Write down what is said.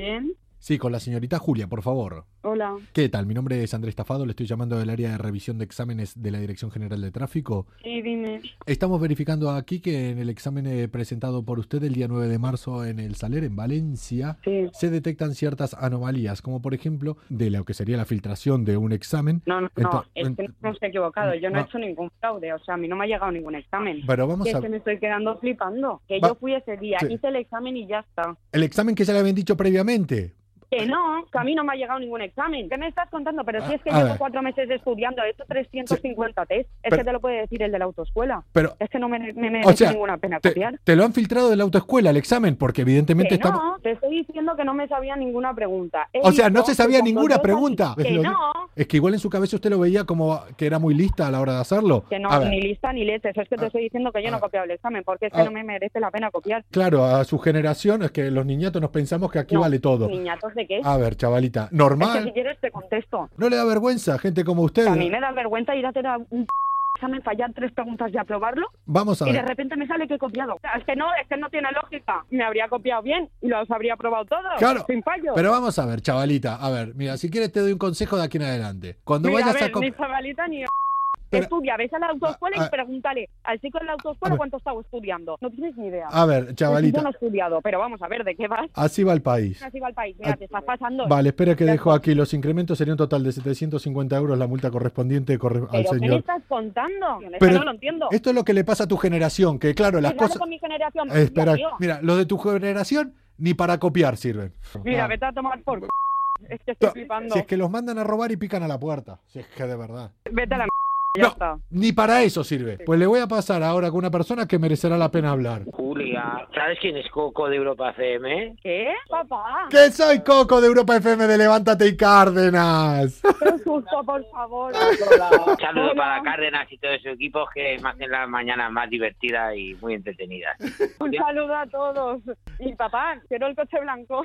¿Quién? Sí, con la señorita Julia, por favor. Hola. ¿Qué tal? Mi nombre es Andrés Tafado, le estoy llamando del área de revisión de exámenes de la Dirección General de Tráfico. Sí, dime. Estamos verificando aquí que en el examen presentado por usted el día 9 de marzo en el Saler, en Valencia, Sí. se detectan ciertas anomalías, como por ejemplo de lo que sería la filtración de un examen. No, es que no estoy equivocado. Yo no he Va- hecho ningún fraude. O sea, a mí no me ha llegado ningún examen. Pero vamos Que es a... que me estoy quedando flipando. Que Va- yo fui ese día, Sí. hice el examen y ya está. El examen que ya le habían dicho previamente. Que no, que a mí no me ha llegado ningún examen. ¿Qué me estás contando? Pero si es que A llevo ver. 4 meses estudiando, he hecho 350 test. Es Pero- que te lo puede decir el de la autoescuela. Pero, Es que no me merece o sea, ninguna pena te, copiar. te lo han filtrado de la autoescuela el examen, porque evidentemente Que estamos... no, te estoy diciendo que no me sabía ninguna pregunta. He O sea, no visto se sabía que cuando ninguna yo pregunta. salí- Que no, Es que igual en su cabeza usted lo veía como que era muy lista a la hora de hacerlo. que no, A ver, ni lista ni leches. Es que te estoy diciendo que yo no he copiado el examen, porque es que no me merece la pena copiar. claro, a su generación es que los niñatos nos pensamos que aquí No, vale todo. ¿Niñatos de qué? A ver, chavalita, Es que normal. si quieres te contesto. ¿No le da vergüenza gente como usted? A mí me da vergüenza ir a hacer un examen, fallar 3 preguntas y aprobarlo, Vamos a y de ver. repente me sale que he copiado. O sea, es que no tiene lógica. Me habría copiado bien y los habría aprobado todos, Claro, sin fallo. pero vamos a ver, chavalita. A ver, mira, si quieres te doy un consejo de aquí en adelante. Cuando Mira, vayas a ver, a... ni chavalita ni... Pero- Estudia, ves a la autoescuela a- y pregúntale al chico de la a autoescuela ver. cuánto estaba estudiando. No tienes ni idea. A ver, Pues chavalita, yo no he estudiado, pero vamos a ver, ¿de qué vas? así va el país. Así va el país. Mira, te estás pasando. Vale, espera que Ya dejo está. aquí. Los incrementos sería un total de 750 euros la multa correspondiente al ¿Pero qué me señor. estás contando? Es que Pero no lo entiendo. esto es lo que le pasa a tu generación, que claro, las Cuidado cosas... con mi generación. Espera, tío. mira, los de tu generación ni para copiar sirven. Mira, Ah. vete a tomar por c***. Es que estoy flipando. Si es que los mandan a robar y pican a la puerta. Si es que de verdad. Vete a la ya No, está. ni para eso sirve. Pues le voy a pasar ahora con una persona que merecerá la pena hablar. Julia, ¿sabes quién es Coco de Europa FM? ¿Qué? Papá. ¡Que soy Coco de Europa FM de Levántate y Cárdenas! Qué susto, por favor. Un saludo Hola. para Cárdenas y todo su equipo que me hacen las mañanas más divertidas y muy entretenidas. Un saludo a todos. Y papá, quiero el coche blanco.